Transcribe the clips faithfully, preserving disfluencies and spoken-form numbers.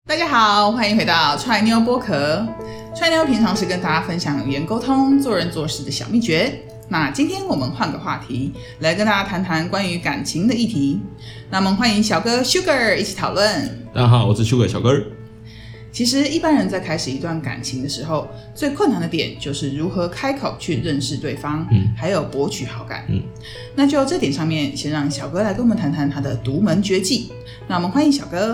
大家好，欢迎回到踹妞播客。踹妞平常是跟大家分享语言沟通、做人做事的小秘诀。那今天我们换个话题，来跟大家谈谈关于感情的议题。那我们欢迎小哥 Sugar 一起讨论。 大家好，我是 Sugar 小哥。 其实一般人在开始一段感情的时候，最困难的点就是如何开口去认识对方，嗯、还有博取好感。嗯，那就这点上面，先让小哥来跟我们谈谈他的独门绝技。那我们欢迎小哥。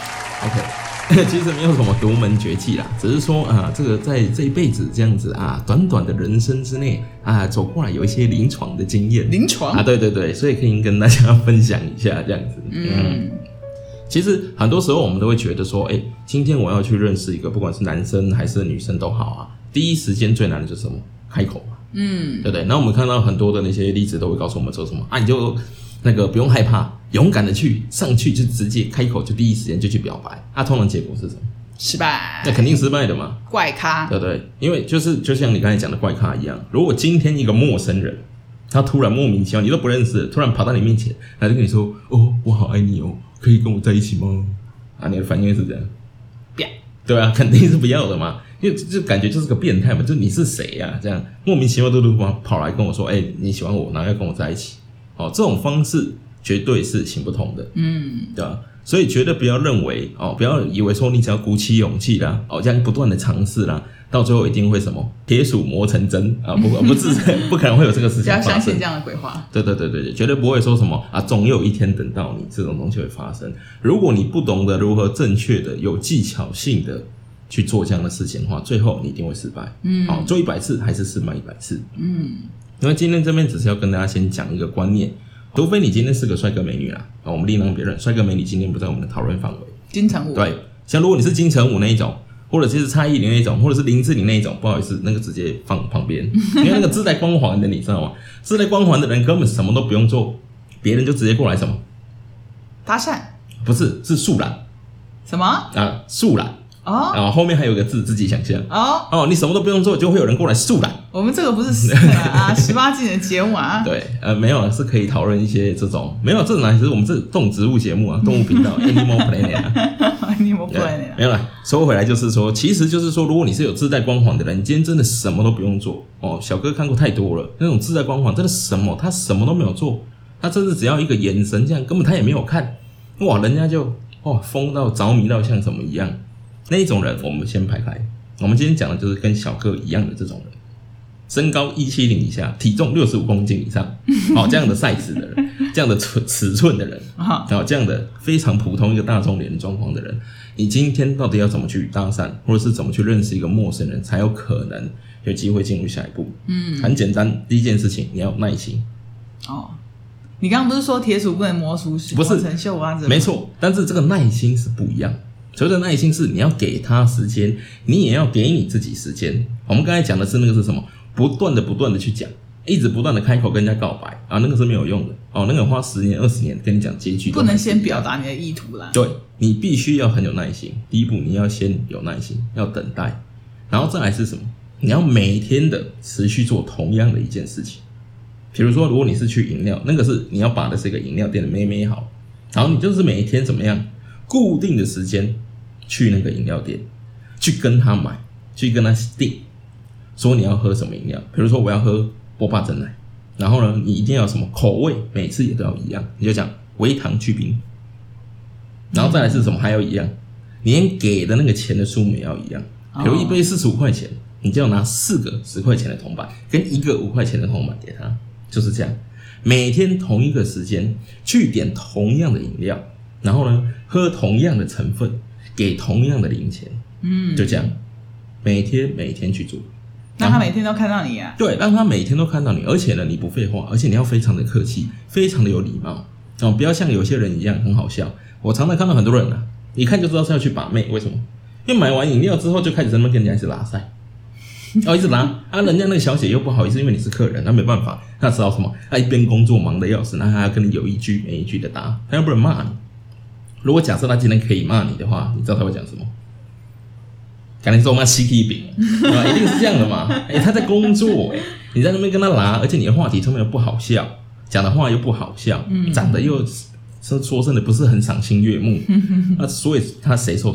OK， 其实没有什么独门绝技啦，只是说啊，这个在这一辈子这样子啊，短短的人生之内啊，走过来有一些临床的经验。 临床啊，对对对，所以可以跟大家分享一下这样子。嗯。嗯其实很多时候我们都会觉得说，哎，今天我要去认识一个，不管是男生还是女生都好啊，第一时间最难的就是什么？开口嘛，嗯，对不对？那我们看到很多的那些例子都会告诉我们说什么啊，你就那个不用害怕，勇敢的去上去，就直接开口，就第一时间就去表白。啊，通常结果是什么？ 失败。 那肯定失败的嘛， 怪咖， 对不对？因为就是就像你刚才讲的怪咖一样，如果今天一个陌生人，他突然莫名其妙，你都不认识，突然跑到你面前，来就跟你说，哦，我好爱你哦。可以跟我在一起吗？啊，你的反应是这样？ 不要。 对啊，肯定是不要的嘛，因为就感觉就是个变态嘛，就你是谁呀、啊？这样莫名其妙都跑来跟我说，哎、欸，你喜欢我，然后要跟我在一起，哦，这种方式绝对是行不通的，嗯，对吧？所以绝对不要认为哦，不要以为说你只要鼓起勇气啦，哦，这样不断的尝试啦。到最后一定会什么铁杵磨成针啊！不不是不可能会有这个事情发生。 不要相信这样的鬼话。 对对对对，绝对不会说什么啊，总有一天等到你这种东西会发生。如果你不懂得如何正确的、有技巧性的去做这样的事情的话，最后你一定会失败。嗯，好，做一百次还是失败一百次。嗯，因为今天这边只是要跟大家先讲一个观念，除非你今天是个帅哥美女啦，啊，我们另当别论，帅哥美女今天不在我们的讨论范围。 金城武。 对，像如果你是金城武那一种。或者是蔡依林那一种，或者是林志玲那一种，不好意思，那个直接放旁边，因为那个自带光环的，你知道吗？自带光环的人根本什么都不用做，别人就直接过来什么搭讪， 不是，是树懒， 什么啊？树懒哦， 啊，后面还有个字，自己想象哦哦，你什么都不用做，就会有人过来树懒。 我们这个不是啊十八禁的节目啊。 对，呃，没有，是可以讨论一些这种没有，这哪是我们这动植物节目啊，动物频道 Animal Planet 啊。 Animal Planet 没有啦，说回来就是说，其实就是说，如果你是有自带光环的人，你今天真的什么都不用做哦。小哥看过太多了，那种自带光环真的什么，他什么都没有做，他真的只要一个眼神，这样根本他也没有看，哇，人家就哇疯到着迷到像什么一样。那一种人我们先排开，我们今天讲的就是跟小哥一样的这种人，身高一七零以下，体重六十五公斤以上，好、哦、这样的 size 的人，这样的尺寸的人，好、哦、这样的非常普通一个大众脸状况的人，你今天到底要怎么去搭讪，或者是怎么去认识一个陌生人，才有可能有机会进入下一步？嗯，很简单，第一件事情你要有耐心。哦， 你刚刚不是说铁杵不能磨出不是成锈啊？ 没错，但是这个耐心是不一样。所谓的耐心是你要给他时间，你也要给你自己时间。我们刚才讲的是那个是什么？不断的不断的去讲，一直不断的开口跟人家告白啊，那个是没有用的哦。那个花十年二十年跟你讲结局， 不能先表达你的意图啦。 对，你必须要很有耐心。第一步你要先有耐心，要等待，然后再来是什么？你要每天的持续做同样的一件事情。比如说，如果你是去饮料，那个是你要把的是一个饮料店的妹妹好，然后你就是每一天怎么样，固定的时间去那个饮料店，去跟他买，去跟他订。说你要喝什么饮料，比如说我要喝波霸珍奶，然后呢，你一定要什么口味，每次也都要一样，你就讲微糖去冰，然后再来是什么，还要一样，你连给的那个钱的数目也要一样，比如一杯四十五块钱，你就要拿四个十块钱的铜板跟一个五块钱的铜板给他，就是这样，每天同一个时间去点同样的饮料，然后呢，喝同样的成分，给同样的零钱，嗯，就这样，每天每天去做。 让他每天都看到你啊！ 对，让他每天都看到你，而且呢，你不废话，而且你要非常的客气，非常的有礼貌哦，不要像有些人一样很好笑。我常常看到很多人啊，一看就知道是要去把妹，为什么？因为买完饮料之后就开始在那边跟人家一直拉塞，哦，一直拉啊，人家那个小姐又不好意思，因为你是客人，那没办法，那知道什么？他一边工作忙得要死，那他还要跟你有一句没一句的答，他又不能骂你。如果假设他今天可以骂你的话，你知道他会讲什么？可能说嘛西提饼，一定是这样的嘛？欸、他在工作、欸，你在那边跟他拉，而且你的话题通常又不好笑，讲的话又不好笑，嗯、长得又说真的不是很赏心悦目，那、嗯、所以他谁受得了？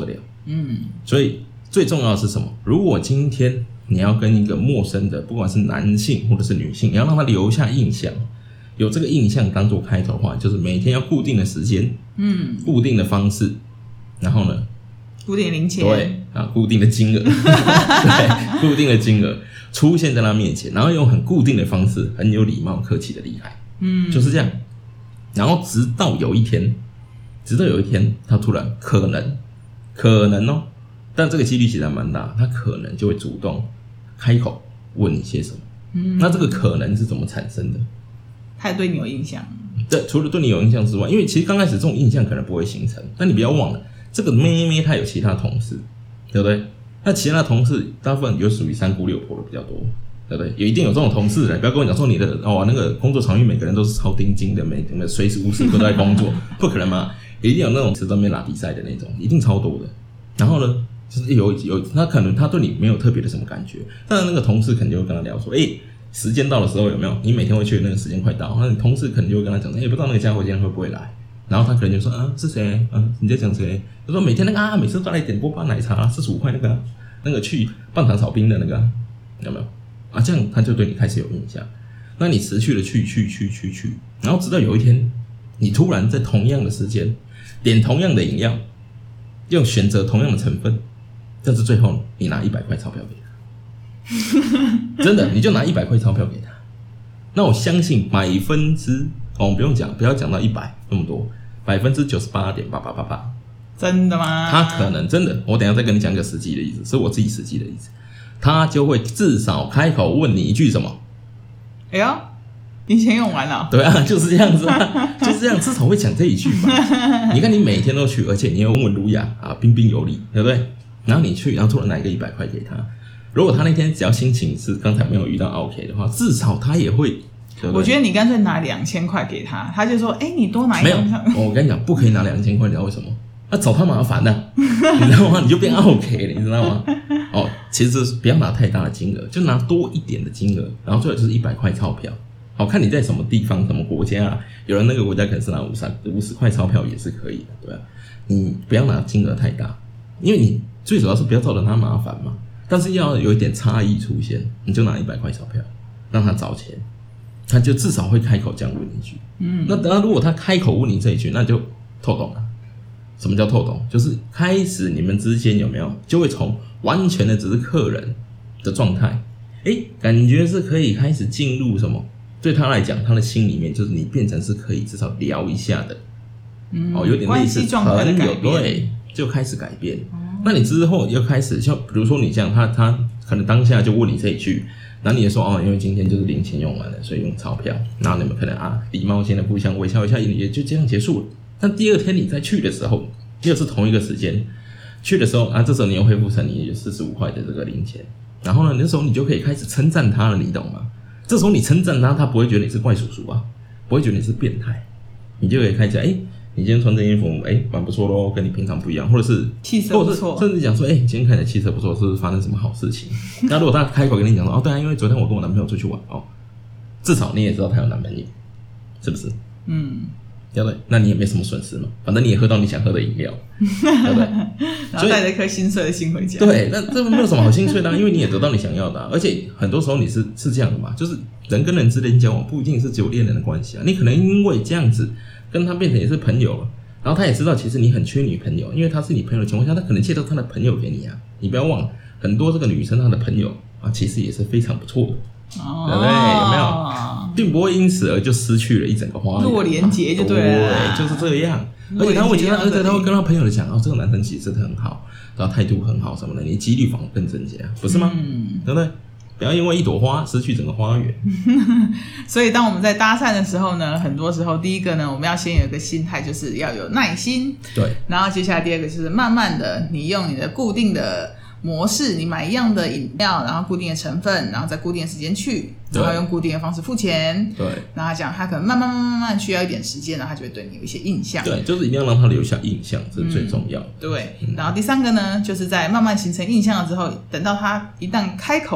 嗯，所以最重要的是什么？如果今天你要跟一个陌生的，不管是男性或者是女性，你要让他留下印象，有这个印象当做开头的话，就是每天要固定的时间，嗯，固定的方式，然后呢， 固定的零钱， 对啊，固定的金额，对，固定的金额出现在他面前，然后用很固定的方式，很有礼貌、客气的离开，嗯，就是这样。然后直到有一天，直到有一天，他突然可能，可能哦，但这个几率其实还蛮大，他可能就会主动开口问你些什么。嗯，那这个可能是怎么产生的？ 他对你有印象。 对，除了对你有印象之外，因为其实刚开始这种印象可能不会形成，但你不要忘了，这个妹妹她有其他同事，对不对？那其他同事大部分有属于三姑六婆的比较多，对不对？有一定有这种同事的，不要跟我讲说你的哦那个工作场域每个人都是超钉钉的，每个随时无时都在工作，不可能嘛？一定有那种是专门拉比赛的那种，一定超多的。然后呢，就是有有他可能他对你没有特别的什么感觉，但是那个同事可能就会跟他聊说，哎，时间到的时候有没有？你每天会去的那个时间快到，那你同事可能就会跟他讲，哎，不知道那个家伙今天会不会来？然后他可能就说，啊，是谁？啊，你在讲谁？他说每天那个啊，每次都来点波霸奶茶，四十五块那个、啊，那个去半糖炒冰的那个、啊，有没有？啊，这样他就对你开始有印象。那你持续的去去去去去，然后直到有一天，你突然在同样的时间点同样的饮料，用选择同样的成分，但是最后你拿一百块钞票给他，真的，你就拿一百块钞票给他。那我相信百分之哦，不用讲，不要讲到一百那么多，百分之九十八点八八八八， 真的吗？ 他可能真的，我等一下再跟你讲一个实际的例子，是我自己实际的例子，他就会至少开口问你一句什么？ 哎呦，你钱用完了？ 对啊，就是这样子啊，就是这样，至少会讲这一句吧。你看，你每天都去，而且你又温文儒雅啊，彬彬有礼，对不对？然后你去，然后突然拿一个一百块给他，如果他那天只要心情是刚才没有遇到 OK 的话，至少他也会。对对， 我觉得你干脆拿两千块给他，他就说：“哎、欸，你多拿一张。” 没有，我跟你讲，不可以拿两千块，你知道为什么？那、啊、找他麻烦呢、啊，你知道吗？你就变 OK 了，你知道吗？哦，其实不要拿太大的金额，就拿多一点的金额，然后最后就是一百块钞票。好看你在什么地方、什么国家啊？有人那个国家可能是拿五十五十块钞票也是可以的，对吧、啊？你不要拿金额太大，因为你最主要是不要造成他麻烦嘛。但是要有一点差异出现，你就拿一百块钞票让他找钱。他就至少会开口这样问一句，嗯，那当然，如果他开口问你这一句，那就透懂了。什么叫透懂？就是开始你们之间有没有就会从完全的只是客人的状态，哎，感觉是可以开始进入什么？对他来讲，他的心里面就是你变成是可以至少聊一下的，嗯，哦，有点类似朋友，对，就开始改变。哦、那你之后又开始像比如说你这样，他他可能当下就问你这一句。然后你也说哦，因为今天就是零钱用完了，所以用钞票。然后你们可能啊，礼貌性的互相微笑一下，也就这样结束了。但第二天你再去的时候，又是同一个时间去的时候啊，这时候你又恢复成你有四十五块的这个零钱。然后呢，那时候你就可以开始称赞他了，你懂吗？这时候你称赞他，他不会觉得你是怪叔叔啊，不会觉得你是变态，你就可以开始哎。你今天穿这衣服，哎，蛮不错咯，跟你平常不一样，或者是气色不错， 甚至讲说，哎，今天看起来气色不错，是不是发生什么好事情？那如果他开口跟你讲说，哦，对啊，因为昨天我跟我男朋友出去玩，哦，至少你也知道他有男朋友，是不是？嗯，对不对？那你也没什么损失嘛，反正你也喝到你想喝的饮料，对不对？ 然后带着一颗心碎的心回家。 对，那这没有什么好心碎的、啊，因为你也得到你想要的、啊，而且很多时候你是是这样的嘛，就是人跟人之间交往不一定是只有恋人的关系啊，你可能因为这样子。跟他变成也是朋友了，然后他也知道其实你很缺女朋友，因为他是你朋友的情况下，他可能介绍他的朋友给你啊。你不要忘了，很多这个女生她的朋友啊，其实也是非常不错的，哦、对不对？有没有？并不会因此而就失去了一整个花园， 弱连结就对了， 对，就是这样。而且他会觉得，而且他会跟他朋友讲，哦，这个男生其实很好，然后态度很好什么的，你几率反而更增加，不是吗？嗯，对不对？不要因为一朵花失去整个花园。 所以当我们在搭讪的时候呢，很多时候第一个呢，我们要先有一个心态，就是要有耐心。 对。 然后接下来第二个就是慢慢的，你用你的固定的模式，你买一样的饮料，然后固定的成分，然后在固定的时间去，然后用固定的方式付钱。 对。 然后他讲他可能慢慢慢慢慢慢需要一点时间，然后他就会对你有一些印象。 对，就是一定要让他留下印象，这是最重要的。 嗯、对。然后第三个呢，就是在慢慢形成印象了之后，等到他一旦开口。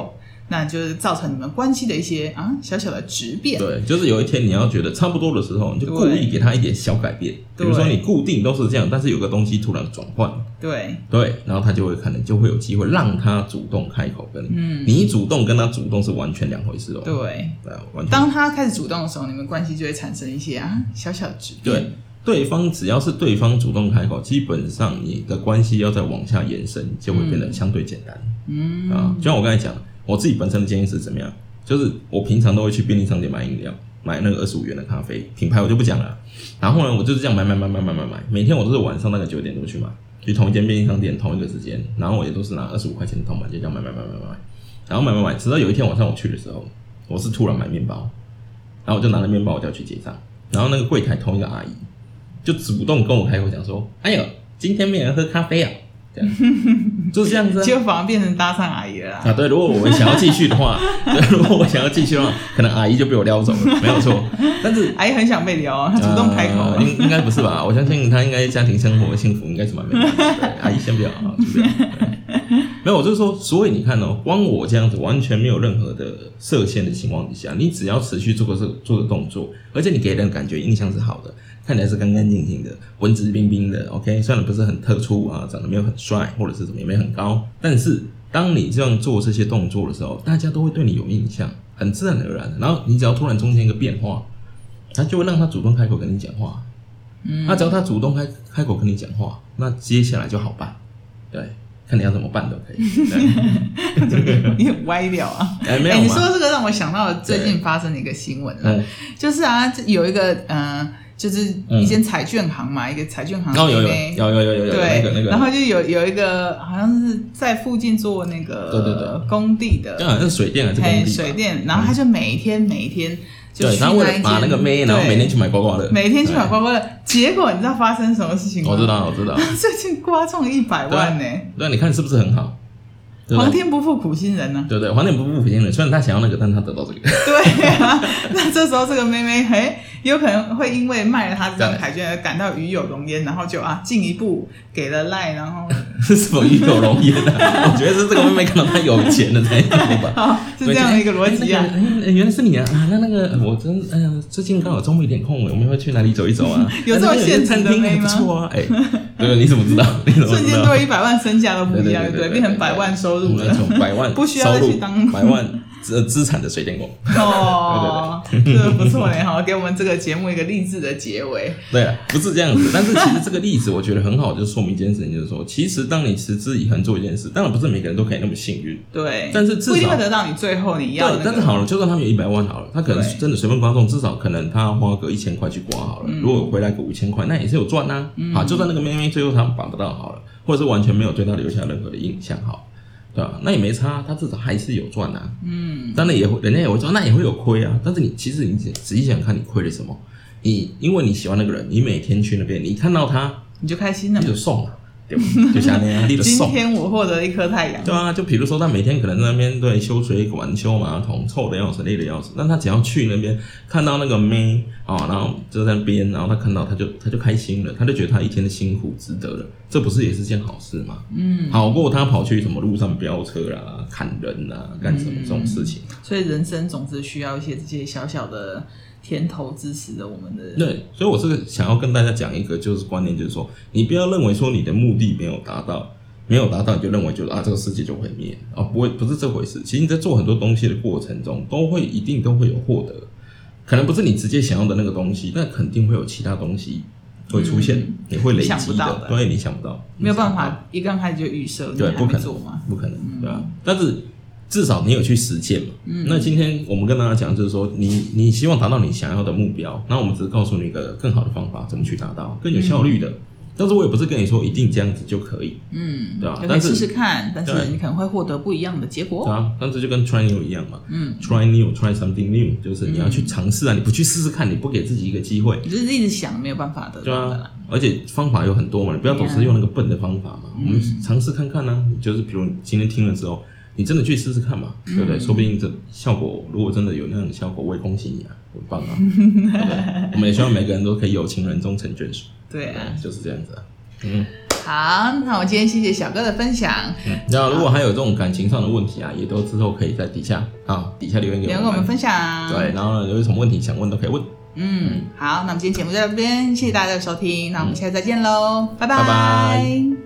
那就是造成你们关系的一些啊小小的质变。 对，就是有一天你要觉得差不多的时候，你就故意给他一点小改变，比如说你固定都是这样，但是有个东西突然转换， 对对，然后他就会可能就会有机会让他主动开口跟你，嗯，你主动跟他主动是完全两回事哦。 对， 对，完全。 当他开始主动的时候，你们关系就会产生一些啊小小的质变。 对。对方只要是对方主动开口，基本上你的关系要再往下延伸，就会变得相对简单。嗯啊，就像我刚才讲，我自己本身的建议是怎么样？就是我平常都会去便利商店买饮料，买那个二十五元的咖啡，品牌我就不讲了。然后呢，我就是这样买买买买买买买，每天我都是晚上大概九点多去买，去同一间便利商店同一个时间，然后我也都是拿二十五块钱的铜板，就这样买买买买买，然后买买买，直到有一天晚上我去的时候，我是突然买面包，然后我就拿了面包我就要去结账，然后那个柜台同一个阿姨。就主动跟我开口讲说：“哎呦，今天没人喝咖啡啊！”这样就是这样子、啊， 就反而变成搭讪阿姨了啦。 啊，对，如果我想要继续的话，对，如果我想要继续的话，可能阿姨就被我撩走了，没有错。但是阿姨很想被撩啊，她主动开口、 呃，应应该不是吧？我相信她应该家庭生活幸福，应该是蛮美满的。对，阿姨先不要啊，先不要。没有，我就是说，所以你看哦，光我这样子完全没有任何的设限的情况底下，你只要持续做个做个动作，而且你给人感觉印象是好的。看起来是干干净净的，文质彬彬的 ，OK， 虽然不是很特殊啊，长得没有很帅，或者是怎么也没很高，但是当你这样做这些动作的时候，大家都会对你有印象，很自然而然的。然后你只要突然中间一个变化，他就会让他主动开口跟你讲话。嗯，那只要他主动开开口跟你讲话，那接下来就好办。对，看你要怎么办都可以。 你很歪掉啊！ 哎、欸，没有、欸。 你说这个让我想到了最近发生的一个新闻了，就是啊，有一个嗯。呃就是一间彩券行嘛，嗯、一个彩券行哦，有有有有有有有对、 那个那个， 然后就有有一个好像是在附近做那个对对对工地的， 对，好像是水电还是工地， 水电，然后他就每天每天就去那一间， 对，他为了把那个妹，然后每天去买刮刮乐， 每天去买刮刮乐，结果你知道发生什么事情吗？ 我知道我知道， 最近刮中一百万呢、欸， 对，你看是不是很好？ 皇天不负苦心人呢、啊， 对对，皇天不负苦心人。虽然他想要那个，但他得到这个。 对啊，那这时候这个妹妹，嘿，有可能会因为卖了他这张彩券而感到与有荣焉，然后就啊进一步给了赖，然后是什么与有荣焉啊？我觉得是这个妹妹看到他有钱了才做吧。 好，是这样的一个逻辑啊。 哎、那個，原来是你啊！啊，那那个我真哎呀，最近刚好周末有点空，我们会去哪里走一走啊？ 有这么现实的妹吗？ 不错啊，哎，对，你怎么知道？你怎么知道？ 瞬间对一百万身价都不一样，对不对？变成百万收入了， 百万不需要去当百万资资产的水电工哦，对对对，这个不错嘞哈，给我们这个节目一个励志的结尾。 对啊，不是这样子，但是其实这个例子我觉得很好，就说明一件事情，就是说，其实当你持之以恒做一件事，当然不是每个人都可以那么幸运， 对， 但是至少不一定会得到你最后你要的、那個。对，但是好了，就算他们有一百万好了，他可能真的随便刮中，至少可能他花个一千块去刮好了，嗯、如果回来个五千块，那也是有赚啊。嗯、好，就算那个妹妹最后他绑得到好了，或者是完全没有对他留下任何的印象好。对吧？那也没差，他至少还是有赚啊。嗯，当然也会，人家也会赚，那也会有亏啊。但是你其实你仔细想想看，你亏了什么？你因为你喜欢那个人，你每天去那边，你看到他， 你就开心了， 你就送了，对吧？就像那样，你就送。 今天我获得一颗太阳。 对啊，就比如说他每天可能在那边对修水管、修马桶，臭的要死，累的要死。但他只要去那边看到那个妹啊、哦，然后就在那边，然后他看到他就他就开心了，他就觉得他一天的辛苦值得了。这不是也是件好事吗？嗯，好过他跑去什么路上飙车啦、砍人啦、干什么这种事情。 嗯、所以人生总是需要一些这些小小的甜头支持着我们的。 对，所以我这个想要跟大家讲一个就是观念，就是说，你不要认为说你的目的没有达到，没有达到你就认为就是啊这个世界就毁灭啊，不会，不是这回事。其实你在做很多东西的过程中，都会一定都会有获得，可能不是你直接想要的那个东西，但肯定会有其他东西。会出现，嗯、你会累积 的, 的， 对，你想不到， 没有办法一刚开始就预设， 对，不可能做嘛， 不可能，嗯、对吧？但是至少你有去实践嘛。嗯、那今天我们跟大家讲，就是说你你希望达到你想要的目标，那我们只是告诉你一个更好的方法，怎么去达到，更有效率的。嗯、但是我也不是跟你说一定这样子就可以，嗯，对吧？ 但是试试看，但是你可能会获得不一样的结果。 对啊，但是就跟 try new 一样嘛，嗯 ，try new try something new， 就是你要去尝试啊，你不去试试看，你不给自己一个机会， 你就是一直想没有办法的， 对啊。而且方法有很多嘛，你不要总是用那个笨的方法嘛，嗯、我们尝试看看啊。就是比如你今天听了之后，你真的去试试看嘛，对不对？嗯、说不定这效果如果真的有那种效果，我也恭喜你啊，很棒啊！对不对？我们也希望每个人都可以有情人终成眷属。 对啊， 对，就是这样子啊。嗯。 好，那我今天谢谢小哥的分享。 嗯，那如果还有这种感情上的问题啊，也都之后可以在底下啊底下留言给我们， 留言跟我们分享。 对，然后呢有什么问题想问都可以问。 嗯，好，那我们今天节目就到这边，谢谢大家的收听，那我们下次再见喽，拜拜。 拜拜。